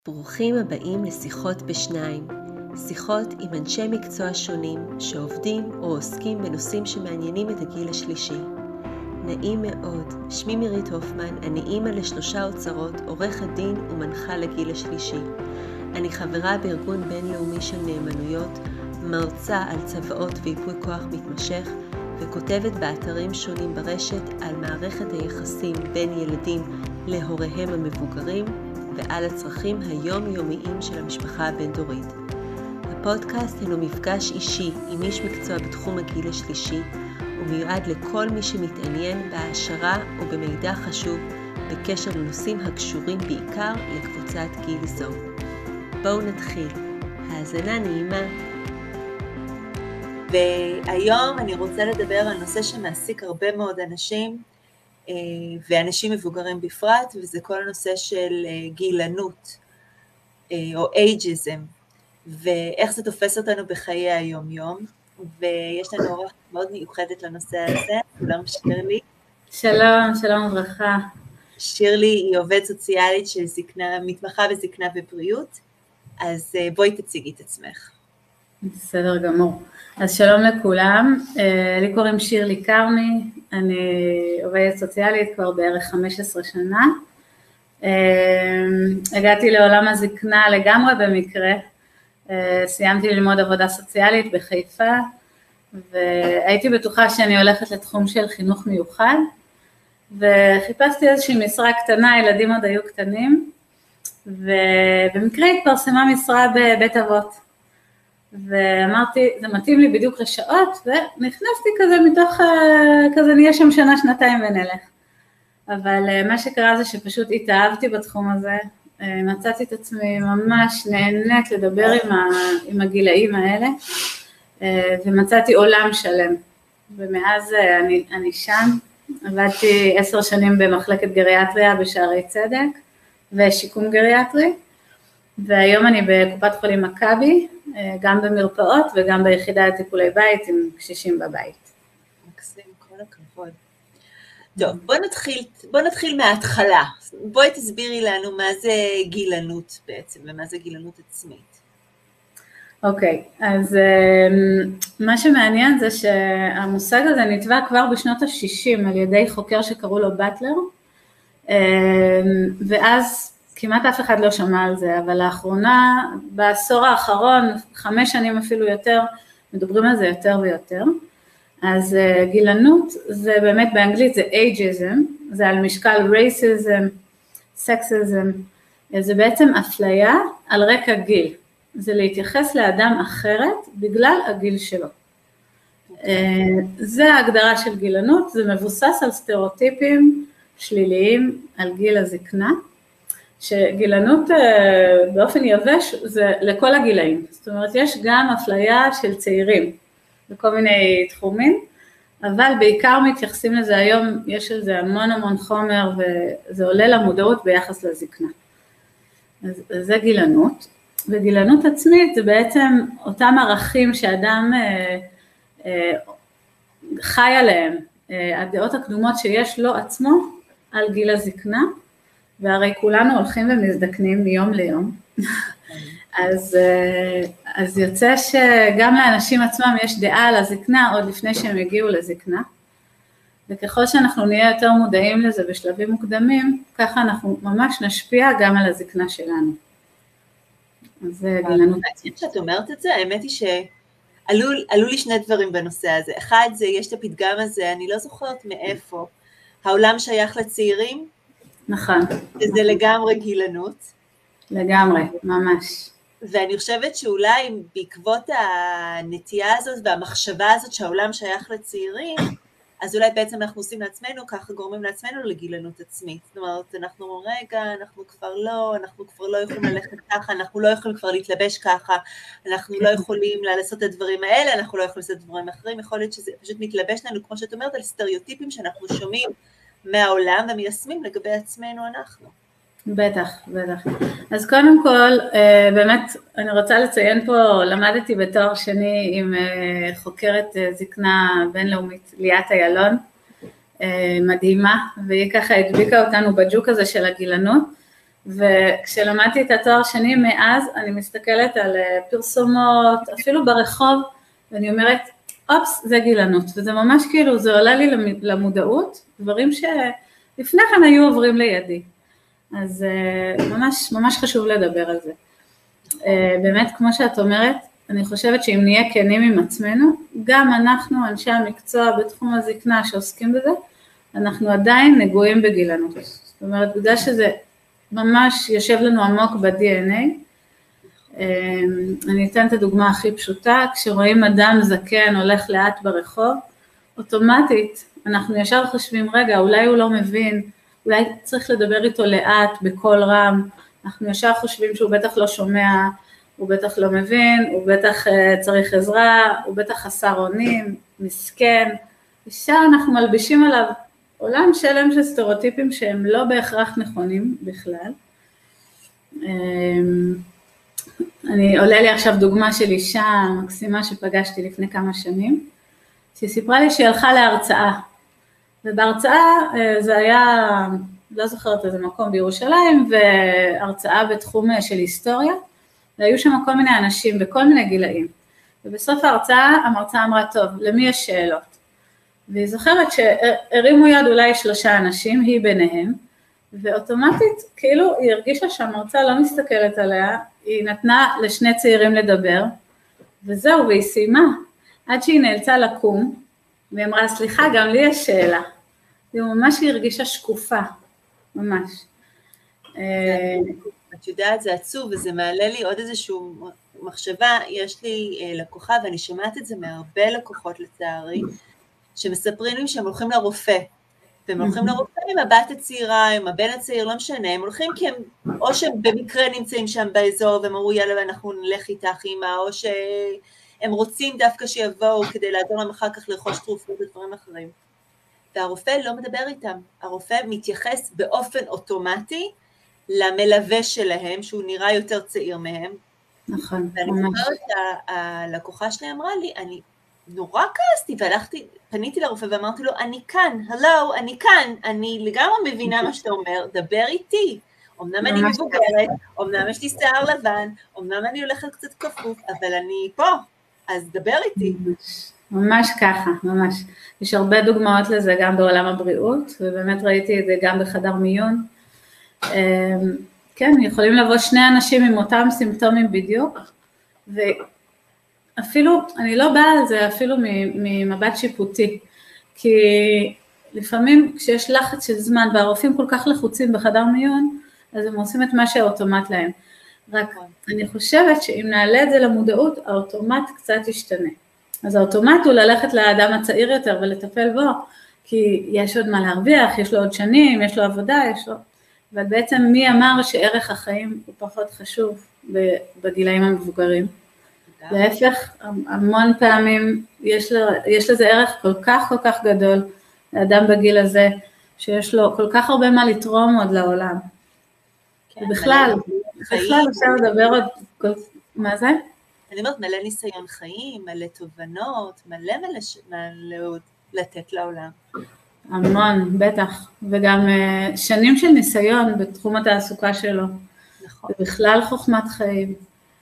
ברוכים הבאים לשיחות בשניים, שיחות עם אנשי מקצוע שונים שעובדים או עוסקים בנושאים שמעניינים את הגיל השלישי. נעים מאוד, שמי מירית הופמן, אני אימא לשלושה אוצרות, עורכת דין ומנחה לגיל השלישי. אני חברה בארגון בינלאומי של נאמנויות, מרצה על צוואות וייפוי כוח מתמשך, וכותבת באתרים שונים ברשת על מערכת היחסים בין ילדים להוריהם המבוגרים, ועל הצרכים היומיומיים של המשפחה הבין-דורית. הפודקאסט הינו מפגש אישי עם איש מקצוע בתחום הגיל השלישי, ומיועד לכל מי שמתעניין בהעשרה או במידע חשוב בקשר לנושאים הקשורים בעיקר לקבוצת גיל זו. בואו נתחיל. האזנה נעימה. והיום אני רוצה לדבר על נושא שמעסיק הרבה מאוד אנשים, ואנשים מבוגרים בפרט, וזה כל הנושא של גילנות, או אייג'יזם, ואיך זה תופס אותנו בחיי היום-יום, ויש לנו אורח מאוד מיוחדת לנושא הזה. שלום שירלי. שלום, שלום וברכה. שירלי היא עובדת סוציאלית של זקנה, מתמחה בזקנה ובריאות, אז בואי תציגי את עצמך. בסדר גמור. אז שלום לכולם, לי קוראים שירלי קרמי, אני עובדת סוציאלית כבר בערך 15 שנה. הגעתי לעולם הזקנה לגמרי במקרה, סיימתי ללמוד עבודה סוציאלית בחיפה, והייתי בטוחה שאני הולכת לתחום של חינוך מיוחד, וחיפשתי איזושהי משרה קטנה, ילדים עוד היו קטנים, ובמקרה התפרסמה משרה בבית אבות. ואמרתי, זה מתאים לי בדיוק לשעות, ונכנסתי כזה מתוך, כזה נהיה שם שנה, שנתיים ונלך. אבל מה שקרה זה שפשוט התאהבתי בתחום הזה, מצאתי את עצמי ממש נהנית לדבר עם הגילאים האלה, ומצאתי עולם שלם. ומאז אני שם, עבדתי 10 שנים במחלקת גריאטריה בשערי צדק, ושיקום גריאטרי, והיום אני בקופת חולים מכבי, גם במרפאות וגם ביחידה לטיפולי בית עם קשישים בבית. מקסים, כל הכבוד. טוב, בוא נתחיל מההתחלה. בואי תסבירי לנו מה זה גילנות בעצם, ומה זה גילנות עצמית. אוקיי, אז מה שמעניין זה שהמושג הזה נטבע כבר בשנות ה-60 על ידי חוקר שקראו לו באטלר, ואז כמעט אף אחד לא שמע על זה, אבל לאחרונה, בעשור האחרון, 5 שנים אפילו יותר, מדברים על זה יותר ויותר. אז גילנות זה באמת באנגלית זה ageism, זה על משקל racism, sexism, זה בעצם אפליה על רקע גיל. זה להתייחס לאדם אחרת בגלל הגיל שלו. זה ההגדרה של גילנות, זה מבוסס על סטריאוטיפים שליליים על גיל הזקנה, שגילנות באופן יבש זה לכל הגילאים, זאת אומרת יש גם אפליה של צעירים בכל מיני תחומים, אבל בעיקר מתייחסים לזה היום, יש לזה המון חומר וזה עולה למודעות ביחס לזקנה. אז זה גילנות, וגילנות עצמית זה בעצם אותם ערכים שאדם חי עליהם, הדעות הקדומות שיש לו עצמו על גיל הזקנה, והרי כולנו הולכים ומזדקנים מיום ליום, אז יוצא שגם לאנשים עצמם יש דעה על הזקנה עוד לפני שהם הגיעו לזקנה, וככל שאנחנו נהיה יותר מודעים לזה בשלבים מוקדמים, ככה אנחנו ממש נשפיע גם על הזקנה שלנו. אז זה גילנות. כשאת אומרת את זה, האמת היא שעלו לי 2 דברים בנושא הזה. אחד זה, יש את הפתגם הזה, אני לא זוכרת מאיפה, העולם שייך לצעירים, נכון. שזה לגמרי גילנות. לגמרי, ממש. ואני חושבת שאולי בעקבות הנטייה הזאת והמחשבה הזאת שהעולם שייך לצעירים, אז אולי בעצם אנחנו עושים לעצמנו, ככה גורמים לעצמנו לגילנות עצמית. זאת אומרת, אנחנו אנחנו כבר לא יכולים ללכת ככה, אנחנו לא יכולים כבר להתלבש ככה, אנחנו לא יכולים לעשות את הדברים האלה, אנחנו לא יכולים לעשות את דברים אחרים, יכול להיות שזה פשוט מתלבש לנו, כמו שאת אומרת, על סטריאוטיפים שאנחנו שומעים מהעולם ומיישמים לגבי עצמנו אנחנו. בטח. אז קודם כל, באמת אני רוצה לציין פה, למדתי בתואר שני עם חוקרת זקנה בינלאומית, ליאת איילון, מדהימה, והיא ככה הדביקה אותנו בג'וק הזה של הגילנות, וכשלמדתי את התואר שני מאז, אני מסתכלת על פרסומות, אפילו ברחוב, ואני אומרת, אופס, זה גילנות, וזה ממש כאילו, זה עולה לי למודעות, דברים שלפני כן היו עוברים לידי. אז ממש, ממש חשוב לדבר על זה. באמת, כמו שאת אומרת, אני חושבת שאם נהיה כנים עם עצמנו, גם אנחנו, אנשי המקצוע בתחום הזקנה שעוסקים בזה, אנחנו עדיין נגועים בגילנות. זאת אומרת, בגלל שזה ממש יושב לנו עמוק ב-DNA, אני אתן את הדוגמה הכי פשוטה, כשרואים אדם זקן הולך לאט ברחוב, אוטומטית אנחנו ישר חושבים, רגע, אולי הוא לא מבין, אולי צריך לדבר איתו לאט, בקול רם, אנחנו ישר חושבים שהוא בטח לא שומע, הוא בטח לא מבין, הוא בטח צריך עזרה, הוא בטח חסר אונים, מסכן, ישר אנחנו מלבישים עליו עולם שלם של סטריאוטיפים שהם לא בהכרח נכונים בכלל. אני עולה לי עכשיו דוגמה של אישה מקסימה שפגשתי לפני כמה שנים, שהיא סיפרה לי שהיא הלכה להרצאה, ובהרצאה זה היה, לא זוכרת איזה מקום בירושלים, והרצאה בתחום של היסטוריה, והיו שם כל מיני אנשים בכל מיני גילאים, ובסוף ההרצאה המרצה אמרה, טוב, למי יש שאלות? והיא זוכרת שהרימו יד אולי 3 אנשים, היא ביניהם, ואוטומטית כאילו היא הרגישה שהמרצה לא מסתכלת עליה, היא נתנה ל2 צעירים לדבר, וזהו, והיא סיימה, עד שהיא נאלצה לקום, והיא אמרה, סליחה, גם לי יש שאלה. היא ממש הרגישה שקופה, ממש. את יודעת, זה עצוב, וזה מעלה לי עוד איזשהו מחשבה, יש לי לקוחה, ואני שומעת את זה מהרבה לקוחות לצערי, שמספרים לי שהם הולכים לרופא, והם הולכים לרופא עם הבת הצעירה, עם הבן הצעיר, לא משנה, הם הולכים כי הם, או שהם במקרה נמצאים שם באזור, והם אמרו, יאללה, אנחנו נלך איתך אימא, או שהם רוצים דווקא שיבואו, כדי לעזור להם אחר כך לרכוש תרופות ודברים אחרים. והרופא לא מדבר איתם, הרופא מתייחס באופן אוטומטי, למלווה שלהם, שהוא נראה יותר צעיר מהם. נכון. ואני זוכרת, הלקוחה שלי אמרה לי, אני נורא כעסתי, והלכתי, פניתי לרופא ואמרתי לו, אני כאן, הלו, אני כאן, אני לגמרי מבינה מה שאתה אומר, דבר איתי. אמנם אני מבוגרת, אמנם יש לי שיער לבן, אמנם אני הולכת קצת כפוף, אבל אני פה, אז דבר איתי. ממש ככה, ממש. יש הרבה דוגמאות לזה גם בעולם הבריאות, ובאמת ראיתי את זה גם בחדר מיון. כן, יכולים לבוא 2 אנשים עם אותם סימפטומים בדיוק, ואפילו, אני לא באה על זה אפילו ממבט שיפוטי, כי לפעמים כשיש לחץ של זמן, והרופאים כל כך לחוצים בחדר מיון, אז הם עושים את מה שהאוטומט להם. רק אני חושבת שאם נעלה את זה למודעות, האוטומט קצת ישתנה. אז האוטומט הוא ללכת לאדם הצעיר יותר ולטפל בו, כי יש עוד מה להרוויח, יש לו עוד שנים, יש לו עבודה, יש לו... אבל בעצם מי אמר שערך החיים הוא פחות חשוב בגילאים המבוגרים? להפך, המון פעמים יש לזה ערך כל כך גדול לאדם בגיל הזה, שיש לו כל כך הרבה מה לתרום עוד לעולם. ובכלל אפשר לדבר עוד, מה זה? אני אומרת, מלא ניסיון חיים, מלא תובנות, מלא לתת לעולם. המון, בטח, וגם שנים של ניסיון בתחום התעסוקה שלו. נכון. ובכלל חוכמת חיים.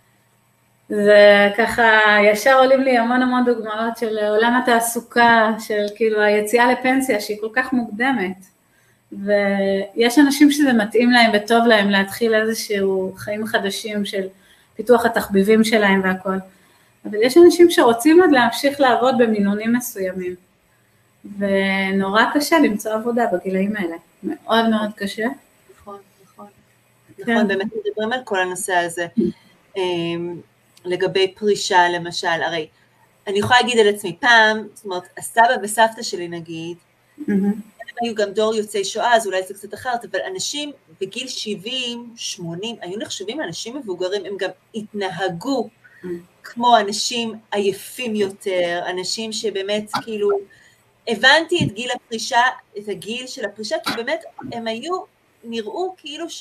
זה ככה, ישר עולים לי המון דוגמאות של עולם התעסוקה, של כאילו היציאה לפנסיה שהיא כל כך מוקדמת. ויש אנשים שזה מתאים להם וטוב להם להתחיל איזשהו חיים חדשים של פיתוח התחביבים שלהם והכל. אבל יש אנשים שרוצים עוד להמשיך לעבוד במינונים מסוימים. ונורא קשה למצוא עבודה בגילאים האלה. מאוד קשה. נכון. נכון, באמת מדברים על כל הנושא הזה. לגבי פרישה למשל, הרי אני יכולה להגיד על עצמי פעם, זאת אומרת, הסבא וסבתא שלי נגיד, הם היו גם דור יוצאי שואה, אז אולי זה קצת אחרת, אבל אנשים בגיל 70, 80, היו נחשבים אנשים מבוגרים, הם גם התנהגו כמו אנשים עייפים יותר, אנשים שבאמת כאילו, הבנתי את גיל הפרישה, את הגיל של הפרישה, כי באמת הם היו, נראו כאילו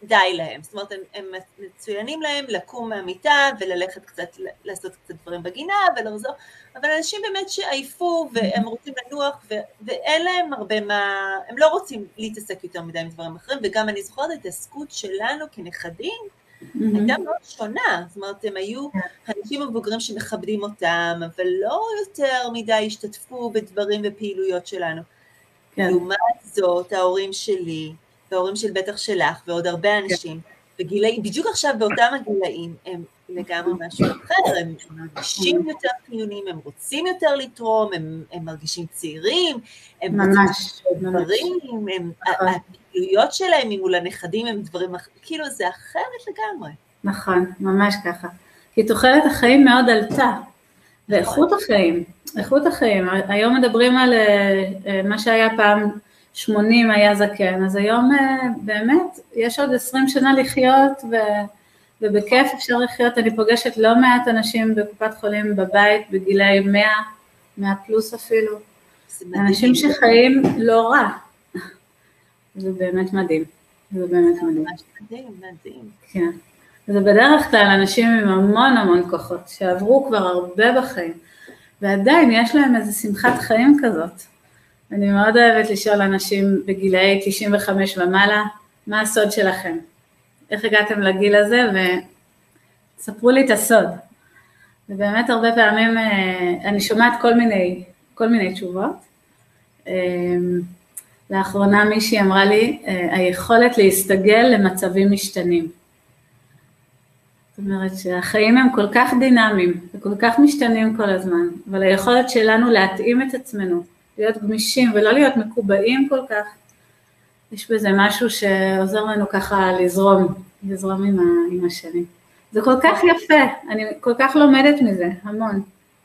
די להם, זאת אומרת, הם מצוינים להם לקום מהמיטה וללכת קצת, לעשות קצת דברים בגינה ולחזור, אבל אנשים באמת שעייפו והם רוצים לנוח ואין להם הרבה מה, הם לא רוצים להתעסק יותר מדי עם דברים אחרים, וגם אני זוכרת את ההתעסקות שלנו כנכדים, הייתה מאוד שונה, זאת אומרת, הם היו אנשים מבוגרים שמכבדים אותם, אבל לא יותר מדי השתתפו בדברים ופעילויות שלנו. לעומת זאת, ההורים שלי, וההורים של בטח שלך, ועוד הרבה אנשים, בדיוק עכשיו באותם הגילאים, הם לגמרי משהו אחר, הם מרגישים יותר חיוניים, הם רוצים יותר לתרום, הם מרגישים צעירים, הם ממש, דברים, הפעילויות שלהם מול הנכדים הם דברים, כאילו זה אחרת לגמרי. נכון, ממש ככה. כי תוחלת החיים מאוד עלתה, ואיכות החיים, איכות החיים, היום מדברים על מה שהיה פעם 80 היה זקן, אז היום באמת יש עוד 20 שנה לחיות, ובכיף אפשר לחיות. אני פוגשת לא מעט אנשים בקופת חולים בבית, בגילי 100 פלוס אפילו, אנשים שחיים לא רע, זה באמת מדהים, זה באמת מדהים. מדהים. כן. זה בדרך כלל אנשים עם המון כוחות, שעברו כבר הרבה בחיים, ועדיין יש להם איזו שמחת חיים כזאת. אני מאוד אוהבת לשאול אנשים בגילאי 95 ומעלה, מה הסוד שלכם? איך הגעתם לגיל הזה? וספרו לי את הסוד. ובאמת הרבה פעמים אני שומעת כל מיני תשובות. לאחרונה מישהי אמרה לי, היכולת להסתגל למצבים משתנים. זאת אומרת שהחיים הם כל כך דינמיים, וכל כך משתנים כל הזמן, אבל היכולת שלנו להתאים את עצמנו, להיות גמישים ולא להיות מקובעים כל כך, יש בזה משהו שעוזר לנו ככה לזרום עם השנים. זה כל כך יפה, אני כל כך לומדת מזה, המון.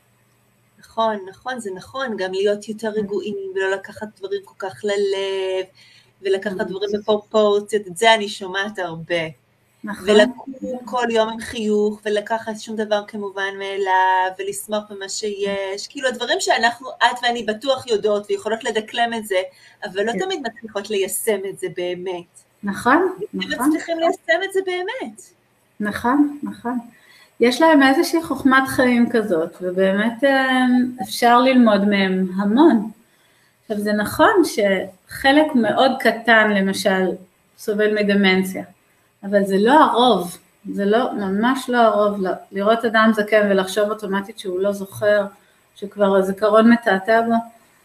נכון, זה נכון, גם להיות יותר רגועים, ולא לקחת דברים כל כך ללב, ולקחת דברים בפרופורציות, את זה אני שומעת הרבה. נכון. ולקום כל יום עם חיוך, ולקחת שום דבר כמובן מאליו, ולשמוח במה שיש, כאילו הדברים שאנחנו, את ואני בטוח יודעות, ויכולות לדקלם את זה, אבל לא תמיד מצליחות ליישם את זה באמת. נכון. מצליחים ליישם את זה באמת. נכון. יש להם איזושהי חוכמת חיים כזאת, ובאמת אפשר ללמוד מהם המון. עכשיו זה נכון שחלק מאוד קטן למשל סובל מדמנציה, אבל זה לא הרוב, זה לא, ממש לא הרוב, לראות אדם זקן ולחשוב אוטומטית שהוא לא זוכר, שכבר הזיכרון מתעתע בו,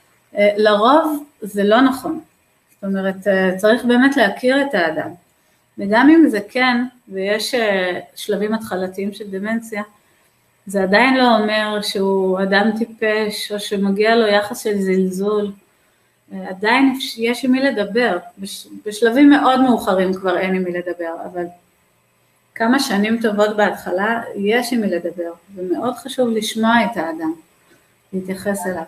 לרוב זה לא נכון. זאת אומרת, צריך באמת להכיר את האדם. וגם אם זה כן, ויש שלבים התחלתיים של דמנציה, זה עדיין לא אומר שהוא אדם טיפש, או שמגיע לו יחס של זלזול, עדיין יש עם מי לדבר, בשלבים מאוד מאוחרים כבר אין עם מי לדבר, אבל כמה שנים טובות בהתחלה יש עם מי לדבר, ומאוד חשוב לשמוע את האדם, להתייחס אליו.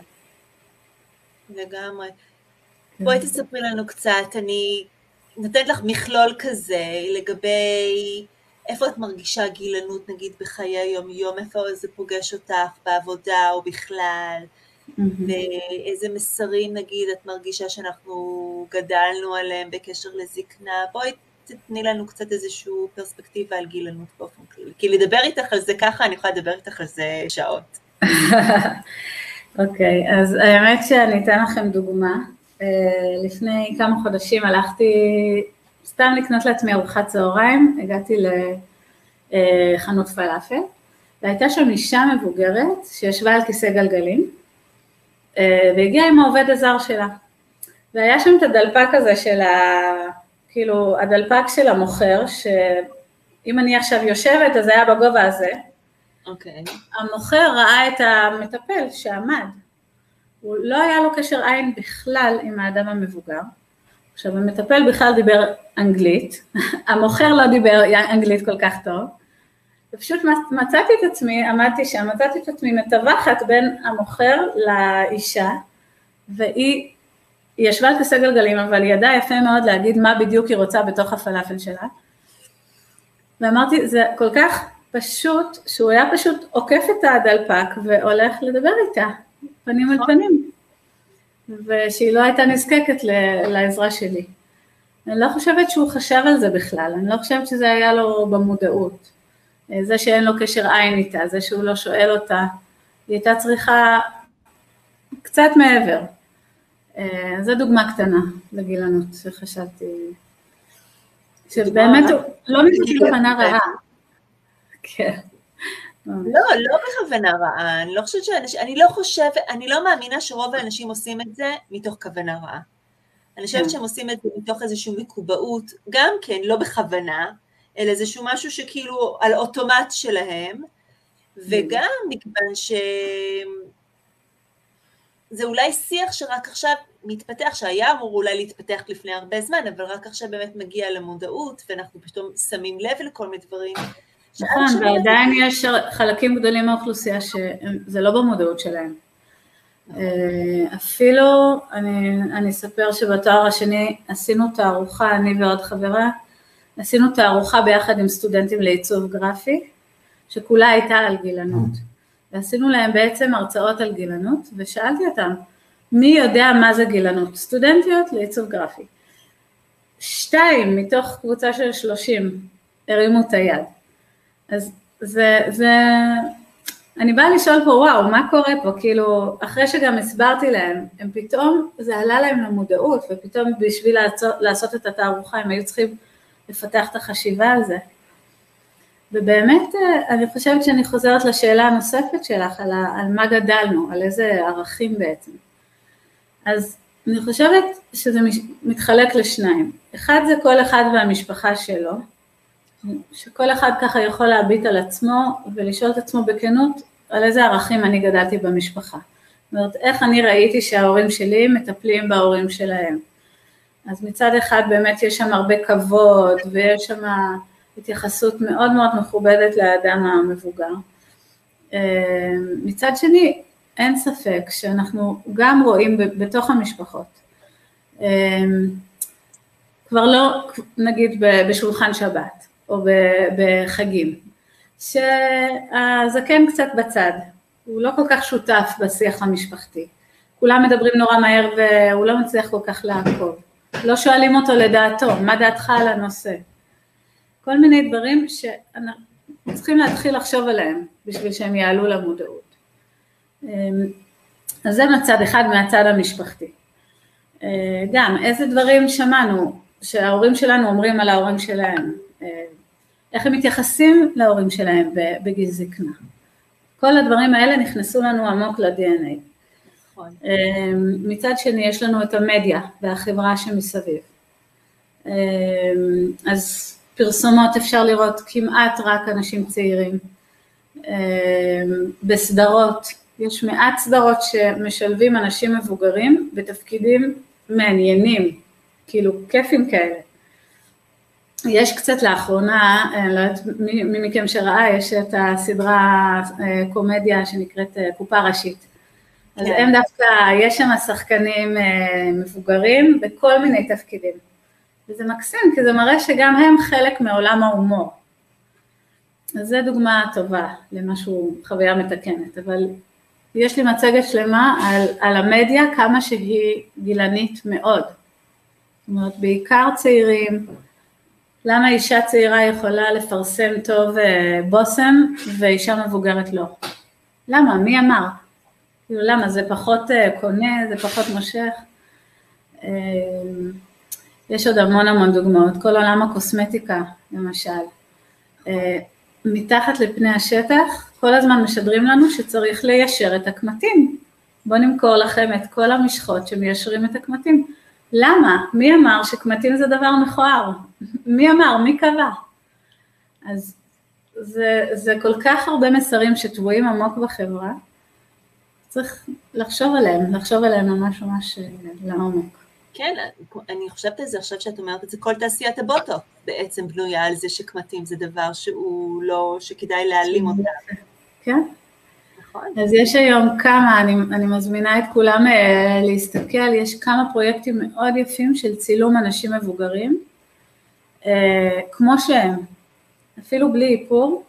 לגמרי. בואי תספרי לנו קצת, אני נותנת לך מכלול כזה לגבי איפה את מרגישה גילנות נגיד בחיי היום-יום, איפה זה פוגש אותך בעבודה או בכלל, ואיזה מסרים נגיד את מרגישה שאנחנו גדלנו עליהם בקשר לזקנה, בואי תתני לנו קצת איזשהו פרספקטיבה על גילנות באופן כללי, כי לדבר איתך על זה ככה, אני יכולה לדבר איתך על זה שעות. אוקיי, אז האמת שאני אתן לכם דוגמה, לפני כמה חודשים הלכתי סתם לקנות לעצמי ארוחת צהריים, הגעתי לחנות פלאפל, והייתה שם אישה מבוגרת שישבה על כיסא גלגלים, והגיעה עם העובד הזר שלה, והיה שם את הדלפק הזה של כאילו הדלפק של המוכר, שאם אני עכשיו יושבת אז היה בגובה הזה, המוכר ראה את המטפל שעמד, הוא לא היה לו קשר עין בכלל עם האדם המבוגר, עכשיו המטפל בכלל דיבר אנגלית, המוכר לא דיבר אנגלית כל כך טוב, ופשוט מצאתי את עצמי, עמדתי שם, מצאתי את עצמי מטווחת בין המוכר לאישה, והיא ישבה על כיסא גלגלים, אבל היא ידעה יפה מאוד להגיד מה בדיוק היא רוצה בתוך הפלאפל שלה, ואמרתי, זה כל כך פשוט, שהוא היה פשוט עוקף את הדלפק, והולך לדבר איתה, פנים על פנים, ושהיא לא הייתה נזקקת לעזרה שלי. אני לא חושבת שהוא חשב על זה בכלל, אני לא חושבת שזה היה לו במודעות. זה שאין לו קשר עין איתה, זה שהוא לא שואל אותה, היא הייתה צריכה קצת מעבר. זו דוגמה קטנה לגילנות שחשבתי, שבאמת לא מתוך כוונה רעה. כן. לא בכוונה רעה, אני לא חושבת אני לא מאמינה שרוב האנשים עושים את זה מתוך כוונה רעה. אני חושבת שהם עושים את זה מתוך איזושהי מקובעות, גם כן לא בכוונה, אלא איזשהו משהו שכאילו על אוטומט שלהם, וגם מכיוון זה אולי שיח שרק עכשיו מתפתח, שהיה אמור אולי להתפתח לפני הרבה זמן, אבל רק עכשיו באמת מגיע למודעות, ואנחנו פתאום שמים לב לכל מיני דברים. נכון, ועדיין יש חלקים גדולים מהאוכלוסייה שזה לא במודעות שלהם. אפילו, אני אספר שבתואר השני עשינו תערוכה, אני ועוד חברה, עשינו תערוכה ביחד עם סטודנטים לעיצוב גרפי, שכולה הייתה על גילנות. ועשינו להם בעצם הרצאות על גילנות, ושאלתי אותם, מי יודע מה זה גילנות? סטודנטיות לעיצוב גרפי. 2 מתוך קבוצה של 30 הרימו את היד. אז אני באה לשאול פה, וואו, מה קורה פה? כאילו, אחרי שגם הסברתי להם, הם פתאום, זה עלה להם למודעות, ופתאום בשביל לעשות את התערוכה, הם היו צריכים לפתח את החשיבה על זה. ובאמת, אני חושבת שאני חוזרת לשאלה הנוספת שלך, על מה גדלנו, על איזה ערכים בעצם. אז אני חושבת שזה מתחלק לשניים. אחד זה כל אחד והמשפחה שלו, שכל אחד ככה יכול להביט על עצמו, ולשאול את עצמו בכנות, על איזה ערכים אני גדלתי במשפחה. זאת אומרת, איך אני ראיתי שההורים שלי מטפלים בהורים שלהם. אז מצד אחד באמת יש שם הרבה כבוד, ויש שם התייחסות מאוד מאוד מכובדת לאדם המבוגר. מצד שני, אין ספק שאנחנו גם רואים בתוך המשפחות, כבר לא נגיד בשולחן שבת, או בחגים, שהזקן קצת בצד, הוא לא כל כך שותף בשיח המשפחתי, כולם מדברים נורא מהר והוא לא מצליח כל כך לעקוב, לא שואלים אותו לדעתו, מה דעתך על הנושא, כל מיני דברים שאנחנו צריכים להתחיל לחשוב עליהם, בשביל שהם יעלו למודעות. אז זה מצד אחד מהצד המשפחתי. גם איזה דברים שמענו שההורים שלנו אומרים על ההורים שלהם, איך הם מתייחסים להורים שלהם בגיל זקנה. כל הדברים האלה נכנסו לנו עמוק ל-DNA. נכון. מצד שני יש לנו את המדיה והחברה שמסביב. אז פרסומות אפשר לראות כמעט רק אנשים צעירים. בסדרות, יש מעט סדרות שמשלבים אנשים מבוגרים בתפקידים מעניינים, כאילו כיפים כאלה. יש קצת לאחרונה, לא יודעת מי מכם שראה, יש את הסדרה קומדיה שנקראת קופה ראשית. אז הם דווקא, יש שם שחקנים מבוגרים בכל מיני תפקידים. וזה מקסים, כי זה מראה שגם הם חלק מעולם ההומור. אז זו דוגמה טובה למשהו, חוויה מתקנת, אבל יש לי מצגת שלמה על המדיה, כמה שהיא גילנית מאוד. זאת אומרת, בעיקר צעירים, למה אישה צעירה יכולה לפרסם טוב בוסם, ואישה מבוגרת לא? למה? מי אמר? כאילו, למה? זה פחות קונה, זה פחות מושך. יש עוד המון דוגמאות, כל עולם הקוסמטיקה, למשל. מתחת לפני השטח, כל הזמן משדרים לנו שצריך ליישר את הקמטים. בואו נמכור לכם את כל המשחות שמיישרים את הקמטים. למה? מי אמר שקמטים זה דבר מכוער? מי אמר? מי קבע? אז זה כל כך הרבה מסרים שטבועים עמוק בחברה, צריך לחשוב עליהם ממש לעומק. כן, אני חושבת על זה עכשיו שאת אומרת את זה, כל תעשיית הבוטו בעצם בנויה על זה שקמטים זה דבר שהוא לא, שכדאי להעלים אותה. כן. נכון. אז יש היום כמה, אני מזמינה את כולם להסתכל, יש כמה פרויקטים מאוד יפים של צילום אנשים מבוגרים, כמו שהם, אפילו בלי איפור,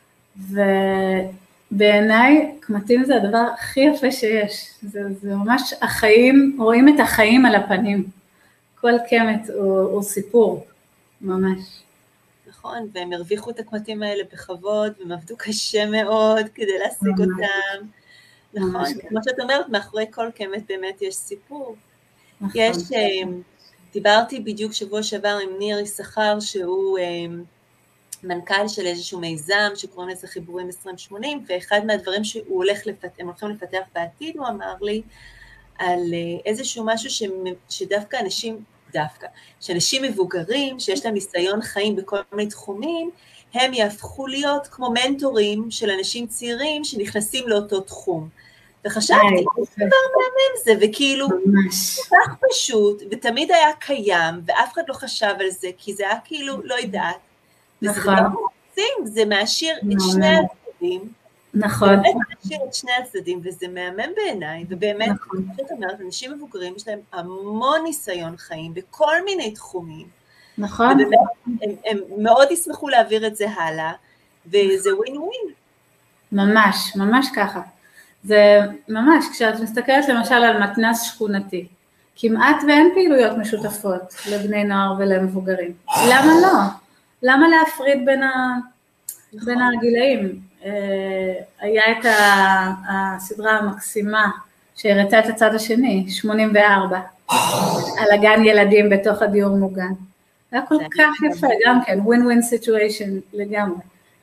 ובעיניי קמטים זה הדבר הכי יפה שיש, זה ממש החיים, רואים את החיים על הפנים, כל קמת הוא סיפור, ממש. נכון, והם הרוויחו את הקמטים האלה בכבוד, והם עבדו קשה מאוד כדי להשיג אותם. נכון, כמו שאת אומרת, מאחורי כל קמת באמת יש סיפור. יש, דיברתי בדיוק שבוע שעבר עם ניר יששכר, שהוא מנכ"ל של איזשהו מיזם שקוראים לזה חיבורים 2080, ואחד מהדברים שהוא הם הולכים לפתח בעתיד, הוא אמר לי, על איזשהו משהו שדווקא שאנשים מבוגרים, שיש להם ניסיון חיים בכל מיני תחומים, הם יהפכו להיות כמו מנטורים של אנשים צעירים שנכנסים לאותו תחום. וחשבתי, דבר מהמם זה, וכאילו, כל כך פשוט, ותמיד היה קיים, ואף אחד לא חשב על זה, כי זה היה כאילו, לא יודעת. וזה דבר מוצאים, זה מעשיר את שני הצדדים, נכון. באמת מעשיר את שני הצדדים, וזה מהמם בעיניי, ובאמת, כמו שאת אומרת, אנשים מבוגרים יש להם המון ניסיון חיים, בכל מיני תחומים. נכון. ובאמת, הם מאוד ישמחו להעביר את זה הלאה, וזה ווין ווין. ממש, ממש ככה. זה ממש, כשאת מסתכלת למשל על מתנ"ס שכונתי, כמעט ואין פעילויות משותפות לבני נוער ולמבוגרים. למה לא? למה להפריד בין הגילאים? היה את הסדרה המקסימה שהראתה את הצד השני, 84, על הגן ילדים בתוך הדיור מוגן. זה היה כל כך יפה, גם כן, win-win situation לגמרי.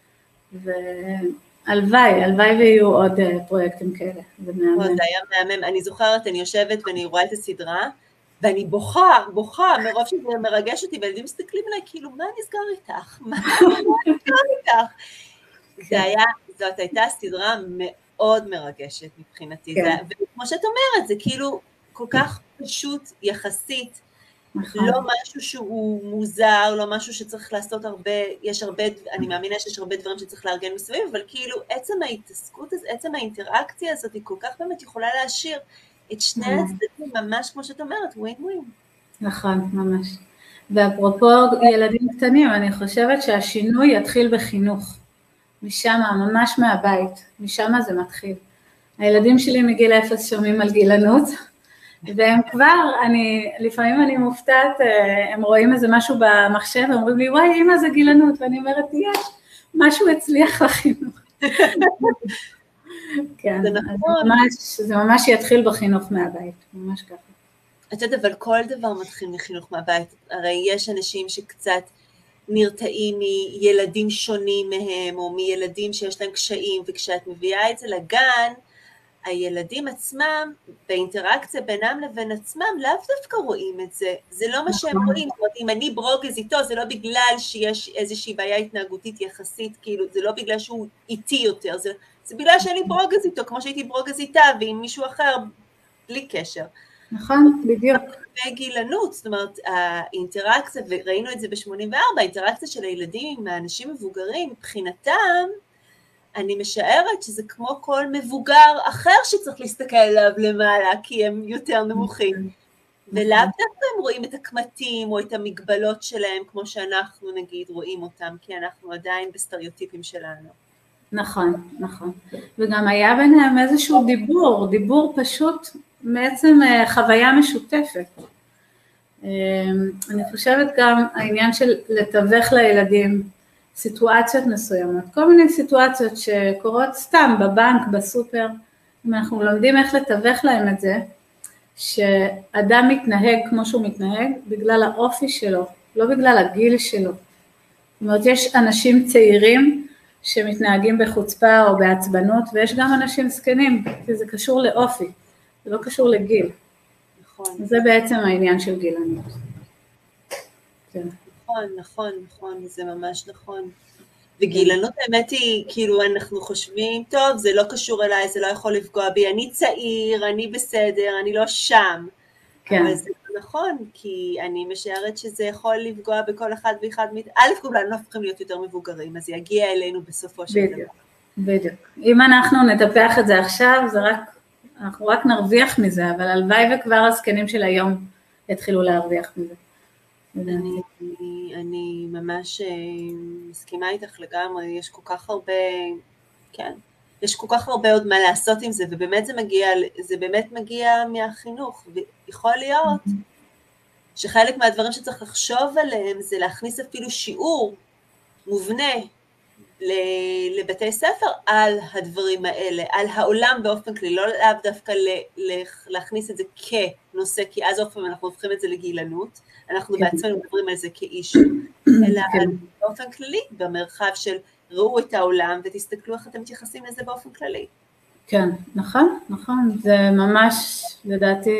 הלוואי ויהיו עוד פרויקטים כאלה. זה היה מהמם. אני זוכרת, אני יושבת ואני רואה את הסדרה, ואני בוכה מרוב שזה מרגש אותי, וילדים מסתכלים עליי, כאילו, מה נסגר איתך? מה נסגר איתך? זאת הייתה סדרה מאוד מרגשת מבחינתי, וכמו שאת אומרת, זה כאילו כל כך פשוט יחסית, לא משהו שהוא מוזר, לא משהו שצריך לעשות אני מאמינה שיש הרבה דברים שצריך לארגן מסביב, אבל כאילו עצם ההתעסקות, עצם האינטראקציה הזאת, היא כל כך באמת יכולה להשאיר את שני הצדדים, ממש כמו שאת אומרת, ווין ווין. נכון, ממש. ואפרופו ילדים קטנים, אני חושבת שהשינוי יתחיל בחינוך, משם, ממש מהבית, משם זה מתחיל. הילדים שלי מגיל 0 שומעים על גילנות, והם כבר, לפעמים אני מופתעת, הם רואים איזה משהו במחשב, ואומרים לי, וואי, אמא זה גילנות, ואני אומרת, יש, משהו הצליח לחינוך. כן, זה ממש יתחיל בחינוך מהבית, ממש ככה. את יודעת, אבל כל דבר מתחיל מחינוך מהבית, הרי יש אנשים שקצת נרתעים מילדים שונים מהם, או מילדים שיש להם קשיים, וכשאת מביאה את זה לגן, הילדים עצמם, באינטראקציה בינם לבין עצמם, לאו דווקא רואים את זה, זה לא מה שהם רואים, זאת אומרת, אם אני ברוגז איתו, זה לא בגלל שיש איזושהי בעיה התנהגותית יחסית, כאילו, זה לא בגלל שהוא איטי יותר, זה בגלל שאני ברוגז איתו, כמו שהייתי ברוגז איתה, ועם מישהו אחר, בלי קשר. נכון, בדיוק. וגילנות, זאת אומרת, האינטראקציה, וראינו את זה ב-84, האינטראקציה של הילדים עם האנשים מבוגרים, מבחינתם, אני משערת שזה כמו כל מבוגר אחר שצריך להסתכל עליו למעלה, כי הם יותר נמוכים. ולאו דווקא הם רואים את הקמטים או את המגבלות שלהם, כמו שאנחנו נגיד רואים אותם, כי אנחנו עדיין בסטריאוטיפים שלנו. נכון, נכון. וגם היה ביניהם איזשהו דיבור פשוט, בעצם חוויה משותפת. אני חושבת גם העניין של לתווך לילדים, סיטואציות מסוימות, כל מיני סיטואציות שקורות סתם בבנק, בסופר, אם אנחנו לומדים איך לתווך להם את זה, שאדם מתנהג כמו שהוא מתנהג, בגלל האופי שלו, לא בגלל הגיל שלו. זאת אומרת, יש אנשים צעירים שמתנהגים בחוצפה או בעצבנות, ויש גם אנשים זקנים, כי זה קשור לאופי, זה לא קשור לגיל. נכון. זה בעצם העניין של גילנות. כן. נכון, זה ממש נכון. וגילנות האמת היא, כאילו אנחנו חושבים, טוב, זה לא קשור אליי, זה לא יכול לפגוע בי, אני צעיר, אני בסדר, אני לא שם. כן. אבל זה נכון, כי אני משערת שזה יכול לפגוע בכל אחד ואחד, כולנו לא הופכים להיות יותר מבוגרים, אז זה יגיע אלינו בסופו של דבר. בדיוק. אם אנחנו נטפח את זה עכשיו, אנחנו רק נרוויח מזה, אבל הלוואי וכבר הזקנים של היום יתחילו להרוויח מזה. אני ממש מסכימה איתך לגמרי, יש כל כך הרבה, כן, יש כל כך הרבה עוד מה לעשות עם זה, ובאמת זה באמת מגיע מהחינוך, ויכול להיות שחלק מהדברים שצריך לחשוב עליהם זה להכניס אפילו שיעור מובנה לבתי ספר על הדברים האלה, על העולם באופן כללי, לא לאו דווקא להכניס את זה כנושא, כי אז אופן אנחנו הופכים את זה לגילנות, אנחנו בעצמנו מדברים על זה כאישו, אלא באופן כללי, במרחב של ראו את העולם ותסתכלו איך אתם מתייחסים לזה באופן כללי. כן, נכון, נכון, זה ממש, לדעתי,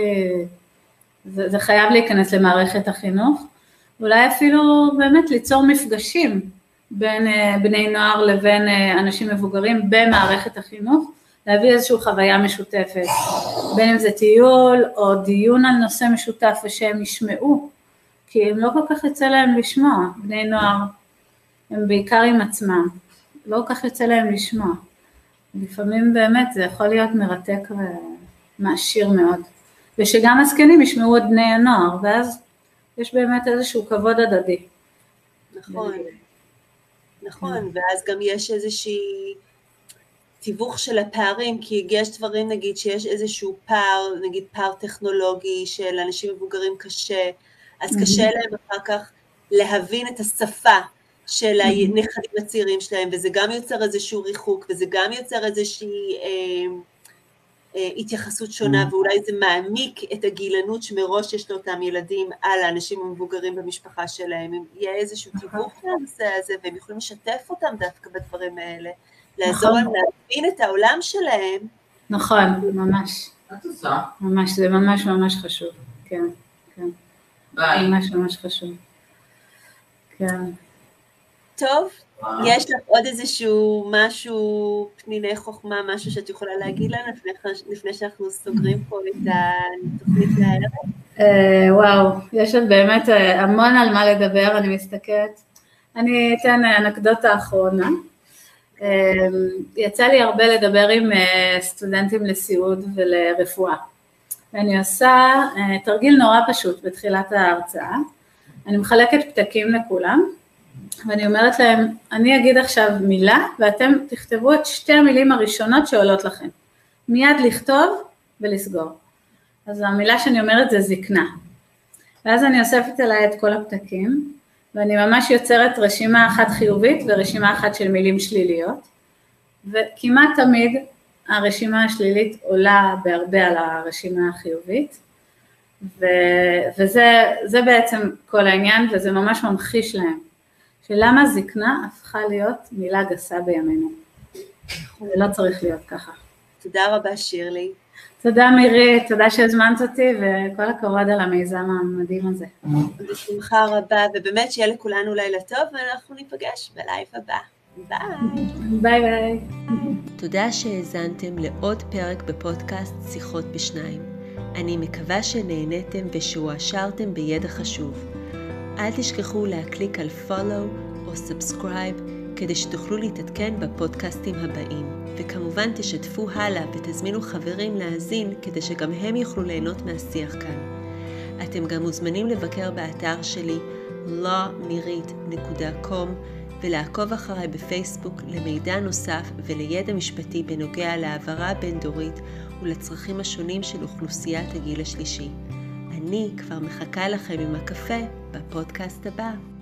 זה חייב להיכנס למערכת החינוך, אולי אפילו באמת ליצור מפגשים בין בני נוער לבין אנשים מבוגרים במערכת החינוך, להביא איזושהי חוויה משותפת, בין אם זה טיול או דיון על נושא משותף ושהם ישמעו, כי הם לא כל כך יצא להם לשמוע, בני נוער הם בעיקר עם עצמם, לא כל כך יצא להם לשמוע, לפעמים באמת זה יכול להיות מרתק ומעשיר מאוד, ושגם הזקנים ישמעו את בני הנוער, ואז יש באמת איזשהו כבוד הדדי. נכון. נכון, ואז גם יש איזושהי תיווך של הפערים, כי יש דברים נגיד שיש איזשהו פער, נגיד פער טכנולוגי של אנשים מבוגרים קשה, אז קשה להם אחר כך להבין את השפה של הנכדים הצעירים שלהם, וזה גם יוצר איזשהו ריחוק, וזה גם יוצר איזושהי התייחסות שונה, ואולי זה מעמיק את הגילנות שמראש יש לאותם ילדים על האנשים המבוגרים במשפחה שלהם, אם יהיה איזשהו תיווך לנושא הזה, והם יכולים לשתף אותם דווקא בדברים האלה, לעזור להם להבין את העולם שלהם. נכון, ממש. ממש, זה ממש ממש חשוב, כן, כן. ממש ממש חשוב. כן. טוב, יש לך עוד איזשהו משהו, פניני חוכמה, משהו שאת יכולה להגיד לנו לפני שאנחנו סוגרים פה את התוכנית לערב? וואו, יש עוד באמת המון על מה לדבר, אני מסתכלת. אני אתן אנקדוטה האחרונה. יצא לי הרבה לדבר עם סטודנטים לסיעוד ולרפואה. ואני עושה תרגיל נורא פשוט בתחילת ההרצאה. אני מחלקת פתקים לכולם, ואני אומרת להם, אני אגיד עכשיו מילה, ואתם תכתבו את שתי המילים הראשונות שעולות לכם. מיד לכתוב ולסגור. אז המילה שאני אומרת זה זקנה. ואז אני אוספת אליי את כל הפתקים, ואני ממש יוצרת רשימה אחת חיובית, ורשימה אחת של מילים שליליות, וכמעט תמיד הרשימה השלילית עולה בהרבה על הרשימה החיובית, וזה בעצם כל העניין, וזה ממש ממחיש להם. שלמה זקנה הפכה להיות מילה גסה בימינו. זה לא צריך להיות ככה. תודה רבה שירלי. תודה מירי, תודה שהזמנת אותי, וכל הכבוד על המיזם המדהים הזה. בשמחה רבה, ובאמת שיהיה לכולנו לילה טוב, ואנחנו ניפגש בלייב הבא. ביי. ביי ביי. תודה שהאזנתם לעוד פרק בפודקאסט שיחות בשניים. אני מקווה שנהניתם ושהועשרתם בידע חשוב. אל תשכחו להקליק על follow או subscribe כדי שתוכלו להתעדכן בפודקאסטים הבאים. וכמובן תשתפו הלאה ותזמינו חברים להאזין כדי שגם הם יוכלו ליהנות מהשיח כאן. אתם גם מוזמנים לבקר באתר שלי lawmirit.com ולעקוב אחריי בפייסבוק למידע נוסף ולידע משפטי בנוגע להעברה בין-דורית ולצרכים השונים של אוכלוסיית הגיל השלישי. אני כבר מחכה לכם עם הקפה בפודקאסט הבא.